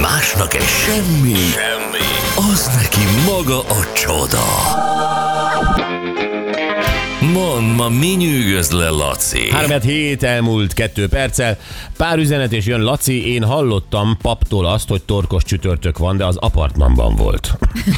Másnak egy semmi, az neki maga a csoda. Mondd, ma mi nyűgöz le, Laci? 3-7 elmúlt 2 perccel. Pár üzenet és jön. Laci, én hallottam paptól azt, hogy torkos csütörtök van, de az apartmanban volt.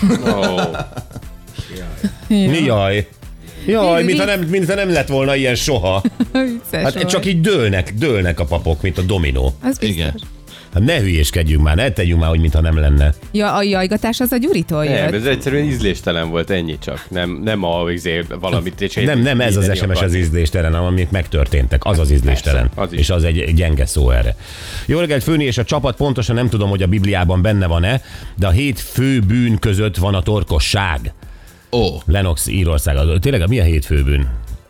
Jaj. Jaj, mintha nem lett volna ilyen soha. Hát csak így dőlnek a papok, mint a dominó. Igen. Hát ne hülyéskedjünk már, ne tegyünk már, hogy mintha nem lenne. Ja, a jajgatás az a Gyuritól jött. Nem, ez egyszerűen ízléstelen volt, ennyi csak. Nem valamit... Nem ez az SMS az ízléstelen, amik megtörténtek. Az az ízléstelen. Persze, az is. És az egy gyenge szó erre. Jó reggelt, Főni és a csapat. Pontosan nem tudom, hogy a Bibliában benne van-e, de a 7 fő bűn között van a torkosság. Lennox, Írország. Tényleg, mi a 7 fő bűn?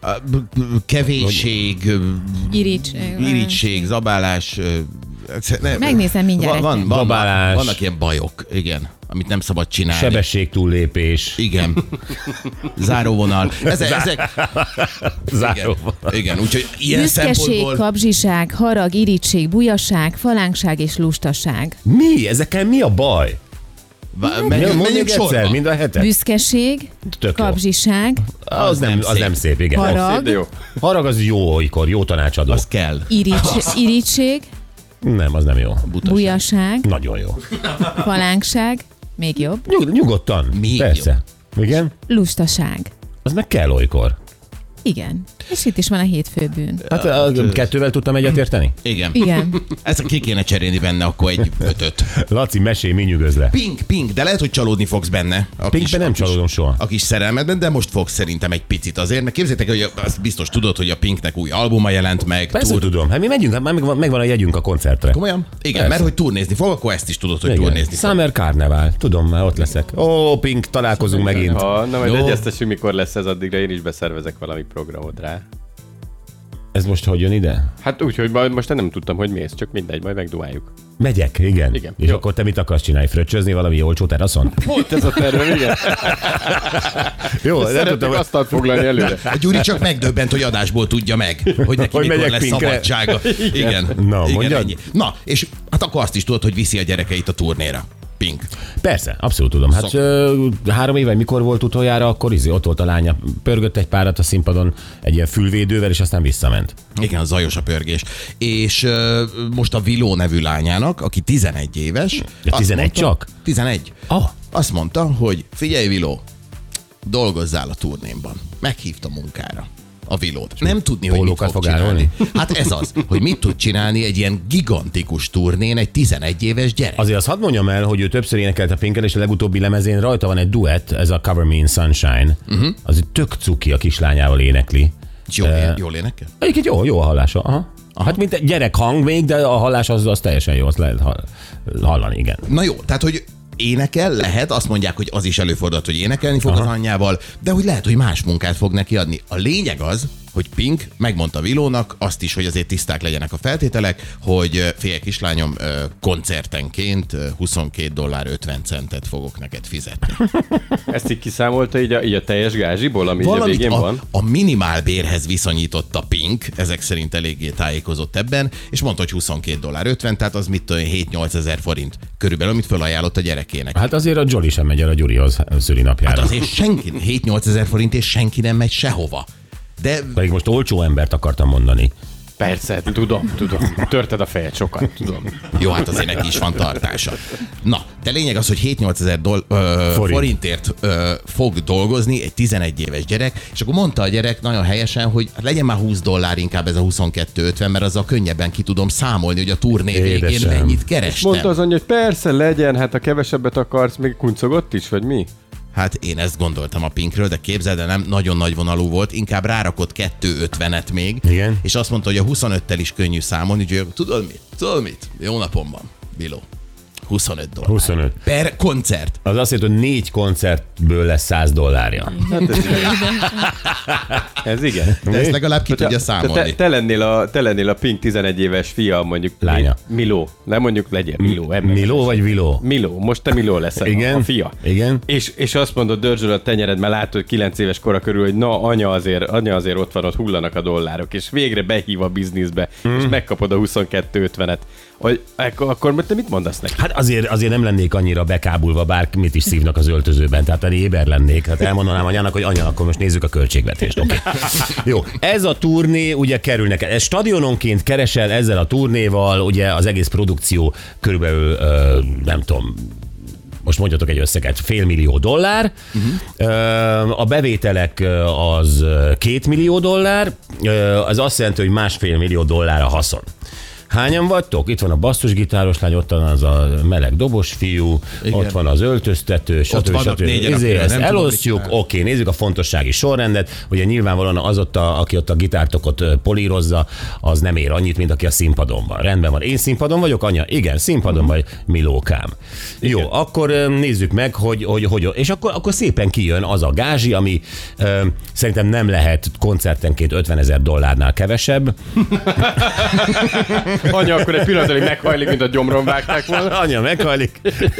Kevésség, irigység, zabálás. Megnézem mindjárt. Vannak ilyen bajok, igen, amit nem szabad csinálni. Sebességtúllépés. Igen. Záróvonal. Ezek... Záróvonal. Igen, úgyhogy ilyen büszkeség, szempontból... kapzsiság, harag, irigység, bujasság, falánkság és lustaság. Mi? Ezekkel mi a baj? Menjünk sorba. Mind a hetet. Büszkeség, kapzsiság, az nem szép, igen. harag, Harag az jó olykor, jó tanácsadó. Az kell. irigység, Nem, az nem jó. bujaság, Nagyon jó. falánkság, még jobb, Nyugodtan. Még Persze. Igen? lustaság. Az meg kell olykor. Igen. És itt is van a 7 fő bűn. Hát 2-vel tudtam egyetérteni? Igen. Igen. Ezt ki kéne cserélni benne, akkor egy 5-öt. Laci, mesélj, mi nyugodsz le? Pink, de lehet, hogy csalódni fogsz benne. Pinkben nem csalódom soha. A kis szerelmedben, de most fogsz szerintem egy picit azért, mert képzeljétek, hogy azt biztos tudod, hogy a Pinknek új albuma jelent meg. Persze tudom. Hát mi megyünk, hát megvan a jegyünk a koncertre. Komolyan? Igen, Persze. mert hogy turnézni fog, akkor ezt is tudod, hogy turnézni fog. Summer Carnival. Tudom, már ott leszek. Pink, találkozunk megint. Na majd egyeztessünk, mikor lesz ez, addigra én is beszervezek valami programot rá. Ez most hogy jön ide? Hát úgy, hogy most nem tudtam, hogy mész, csak mindegy, majd megdumáljuk. Megyek, igen. És jó. akkor te mit akarsz csinálni? Fröccsözni valami olcsó teraszon? Volt ez a terve, igen. Jó, nem Szeretnék tudtam, asztalt foglalni előre. A Gyuri csak megdöbbent, hogy adásból tudja meg, hogy neki Hogy mikor megyek lesz Pinkre. szabadsága. Igen. Na, Igen, mondjad. ennyi. Na, és hát akkor azt is tudod, hogy viszi a gyerekeit a turnéra. Pink. Persze, abszolút tudom. Hát 3 éve, mikor volt utoljára, akkor ott volt a lánya. Pörgött egy párat a színpadon egy ilyen fülvédővel, és aztán visszament. Igen, zajos a pörgés. És most a Viló nevű lányának, aki 11 éves. Ja, 11 csak? 11. Azt mondta, hogy figyelj Viló, dolgozzál a turnémban. Meghívta munkára a Vilót. Nem tudni, hogy mit Pólókat fog fog csinálni. árulni? Hát ez az, hogy mit tud csinálni egy ilyen gigantikus turnén egy 11 éves gyerek. Azért azt hadd mondjam el, hogy ő többször énekelt a Pinkkel, és a legutóbbi lemezén rajta van egy duett, ez a Cover Me in Sunshine. Az egy tök cuki, a kislányával énekli. Jól énekel? Egyébként jó a hallása. Aha. Hát mint egy gyerek hang még, de a hallás az teljesen jó, azt lehet hallani, igen. Na jó, tehát hogy énekel, lehet, azt mondják, hogy az is előfordulhat, hogy énekelni fog az anyjával, de hogy lehet, hogy más munkát fog neki adni. A lényeg az, hogy Pink megmondta Vilónak azt is, hogy azért tiszták legyenek a feltételek, hogy figyelj kislányom, koncertenként $22.50 fogok neked fizetni. Ezt így kiszámolta így a teljes gázsiból, ami a végén van? A minimálbérhez viszonyította Pink, ezek szerint eléggé tájékozott ebben, és mondta, hogy $22.50, tehát az mit tudom, 7-8 ezer forint körülbelül, amit felajánlott a gyerekének. Hát azért a Jolly sem megy el a Gyurihoz szülinapjára. Hát azért senki, 7-8 ezer forint, és senki nem megy sehova. De Pedig most olcsó embert akartam mondani. Persze, tudom. Törted a fejed sokat, tudom. jó, hát azért neki is van tartása. Na, de lényeg az, hogy 7-8 ezer forintért fog dolgozni egy 11 éves gyerek, és akkor mondta a gyerek nagyon helyesen, hogy legyen már $20 inkább ez a 22.50, mert azzal könnyebben ki tudom számolni, hogy a turné végén Édesem. mennyit És kerestem. mondta az anyja, hogy persze legyen, hát ha kevesebbet akarsz, még kuncogott is, vagy mi? Hát én ezt gondoltam a Pinkről, de képzeld el, nem nagyon nagy vonalú volt, inkább rárakott 2.50-et még, Igen. és azt mondta, hogy a 25-tel is könnyű számolni, úgyhogy tudod mit? Jó napom van, Biló. $25. 25. Per koncert. Az azt jelenti, hogy 4 koncertből lesz $100. Ez igen. De ezt legalább ki tudja számolni. Te lennél a Pink 11 éves fia, mondjuk Lánya. Miló. Nem mondjuk legyen Miló. Miló vagy Viló? Miló. Most te Miló leszel, Igen. a fia. Igen. És azt mondod, dörzsöl a tenyered, mert látod 9 éves kora körül, hogy na, anya azért ott van, ott hullanak a dollárok, és végre behív a bizniszbe, és megkapod a 22.50-et. Akkor te mit mondasz neki? Hát azért nem lennék annyira bekábulva, bármit is szívnak az öltözőben, tehát éber lennék. Hát elmondanám anyának, hogy anya, akkor most nézzük a költségvetést. Okay. Jó, ez a turné ugye kerül neked. Ez stadiononként keresel ezzel a turnéval, ugye az egész produkció körülbelül, nem tudom, most mondjatok egy összeget, $500 millió. A bevételek az $2 millió, az azt jelenti, hogy $1,5 millió a haszon. Hányan vagytok? Itt van a basszusgitáros lány, ott van az a meleg dobos fiú, igen. Ott van az öltöztető, stb. Ezt elosztjuk, oké, nézzük a fontossági sorrendet, ugye nyilvánvalóan az ott, aki ott a gitártokot polírozza, az nem ér annyit, mint aki a színpadon van. Rendben van. Én színpadon vagyok, anya? Igen, színpadon vagy, Milókám. Igen. Jó, akkor nézzük meg, hogy és akkor szépen kijön az a gázsi, ami szerintem nem lehet koncertenként $50,000 kevesebb. Anya akkor egy pillanatra meghajlik, mint a gyomron vágták volna. Anya meghajlik.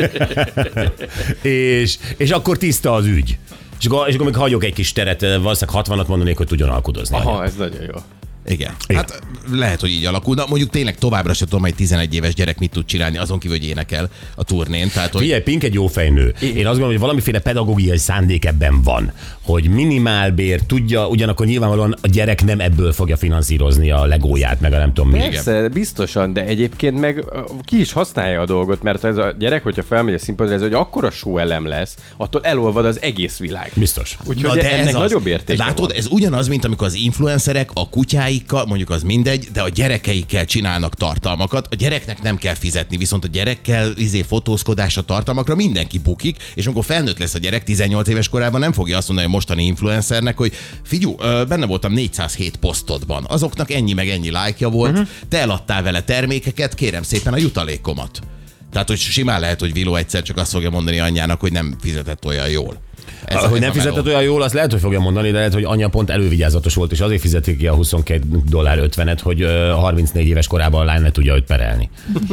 és akkor tiszta az ügy. És akkor még hagyok egy kis teret, valószínűleg 60-at mondanék, hogy tudjon alkudozni. Aha, ez nagyon jó. Igen. Hát lehet, hogy így alakul. Na, mondjuk tényleg továbbra sem tudom, hogy 11 éves gyerek mit tud csinálni, azon kívül, hogy énekel a turnén. Tehát, hogy... Figyelj, Pink egy jó fejnő. Én azt gondolom, hogy valamiféle pedagógiai szándék ebben van, hogy minimálbér tudja, ugyanakkor nyilvánvalóan a gyerek nem ebből fogja finanszírozni a legóját, meg a nem tudom mi. Persze, biztosan, de egyébként meg ki is használja a dolgot, mert ez a gyerek, hogyha felmegy a színpadra, ez, hogy akkora show elem lesz, attól elolvad az egész világ. Biztos. Úgyhogy ennek nagyobb értéke. Látod, ez ugyanaz, mint amikor az influencerek a kutyáikkal, mondjuk az mindegy, de a gyerekeikkel csinálnak tartalmakat. A gyereknek nem kell fizetni, viszont a gyerekkel fotózkodás a tartalmakra mindenki bukik, és amikor felnőtt lesz a gyerek 18 éves korában, nem fogja azt mondani a mostani influencernek, hogy figyú, benne voltam 407 posztodban, azoknak ennyi meg ennyi lájkja volt, te eladtál vele termékeket, kérem szépen a jutalékomat. Tehát, hogy simán lehet, hogy Viló egyszer csak azt fogja mondani anyjának, hogy nem fizetett olyan jól. Hogy nem fizetett olyan jól, azt lehet, hogy fogja mondani, de lehet, hogy anya pont elővigyázatos volt, és azért fizetik ki a $22.50, hogy 34 éves korában a lány ne tudja őt perelni.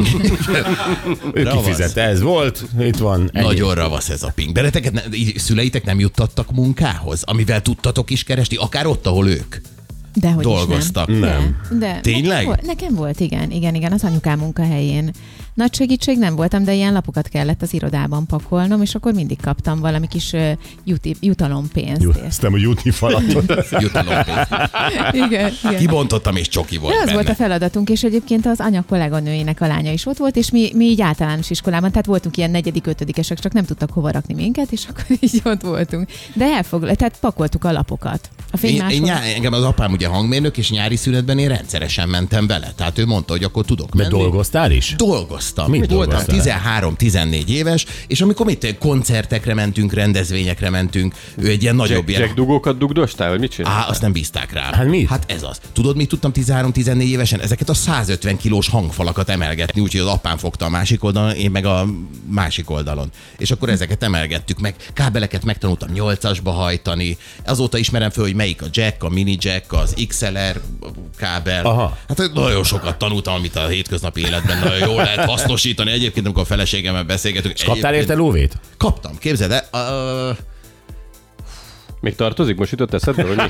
Ő kifizette, ez volt, itt van. Ennyi. Nagyon ravasz ez a Pink. De szüleitek nem juttattak munkához, amivel tudtatok is keresni, akár ott, ahol ők dehogy dolgoztak. Nem. De tényleg? Nekem volt, igen, az anyukám munkahelyén. Nagy segítség nem voltam, de ilyen lapokat kellett az irodában pakolnom, és akkor mindig kaptam valami kis jutalompénzt. Aztán a jutni falatot. Jutalompénzt. Igen. Kibontottam, és csoki volt benne. Az volt a feladatunk, és egyébként az anya kolléganőjének a lánya is ott volt, és mi így általános iskolában, tehát voltunk ilyen 4.-5-esek, csak nem tudtak hova rakni minket, és akkor így ott voltunk. De tehát pakoltuk a lapokat. Engem az apám ugye hangmérnök, és nyári szünetben én rendszeresen mentem vele. Tehát ő mondta, hogy akkor tudok menni. De dolgoztál is? Dolgoztam. Mit voltam 13-14 éves, és amikor koncertekre mentünk, rendezvényekre mentünk, ő egy ilyen nagyobb ilyen... Jack-dugókat dugdostál, vagy mit csináltál? Azt nem bízták rám. Hát mi? Hát ez az. Tudod, mit tudtam 13-14 évesen? Ezeket a 150 kilós hangfalakat emelgetni, úgyhogy az apám fogta a másik oldalon, én meg a másik oldalon. És akkor ezeket emelgettük meg. Kábeleket megtanultam 8-asba hajtani. Azóta ismerem föl, hogy melyik a jack, a mini jack, az XLR kábel. Aha. Hát nagyon sokat tanultam, amit a hétköznapi életben nagyon jól lehet hasznosítani. Egyébként, amikor a feleségemmel beszélgetünk. És kaptál érte lóvét? Kaptam, képzeld el. Még tartozik? Most jutott eszedbe, hogy mi?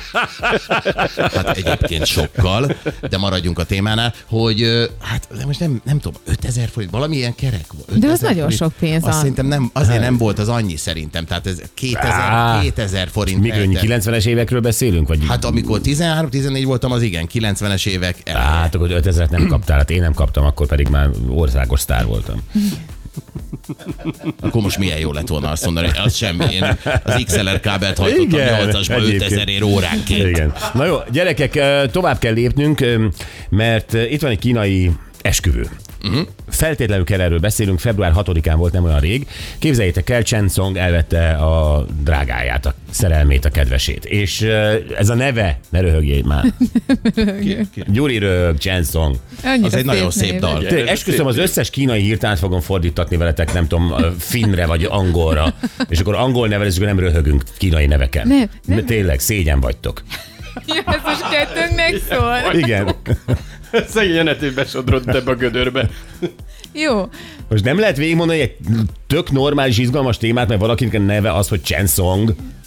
Hát egyébként sokkal, de maradjunk a témánál, hogy hát most nem tudom, 5000 forint, valamilyen kerek volt. De az nagyon forint. Sok pénz. Azt szerintem nem, azért nem volt az annyi szerintem, tehát ez 2000 forint. Mikor 90-es évekről beszélünk? Vagy... Hát amikor 13-14 voltam, az igen, 90-es évek elején. Hát akkor 5000-et nem kaptál, hát én nem kaptam, akkor pedig már országos sztár voltam. Akkor most milyen jó lett volna azt mondani, az semmi. Én az XLR kábelt hajtottam 8-asba 5000 óránként. Igen. Na jó, gyerekek, tovább kell lépnünk, mert itt van egy kínai esküvő. Feltétlenül kell erről beszélünk, február 6-án volt, nem olyan rég. Képzeljétek el, Chen Song elvette a drágáját, a szerelmét, a kedvesét. És ez a neve, ne röhögjél már. Gyuri röhög, Chen Song. Az egy nagyon szép dal. Esküszöm, az összes kínai hírt át fogom fordítatni veletek, nem tudom, finnre vagy angolra. És akkor angol nevelezünk, nem röhögünk kínai neveken. Nem. Tényleg, szégyen vagytok. Ja, ez most kettőnknek szól. Igen. Szegény Janetét besodrott ebbe a gödörbe. Jó. Most nem lehet végigmondani egy tök normális, izgalmas témát, mert valakinek a neve az, hogy Chen Song.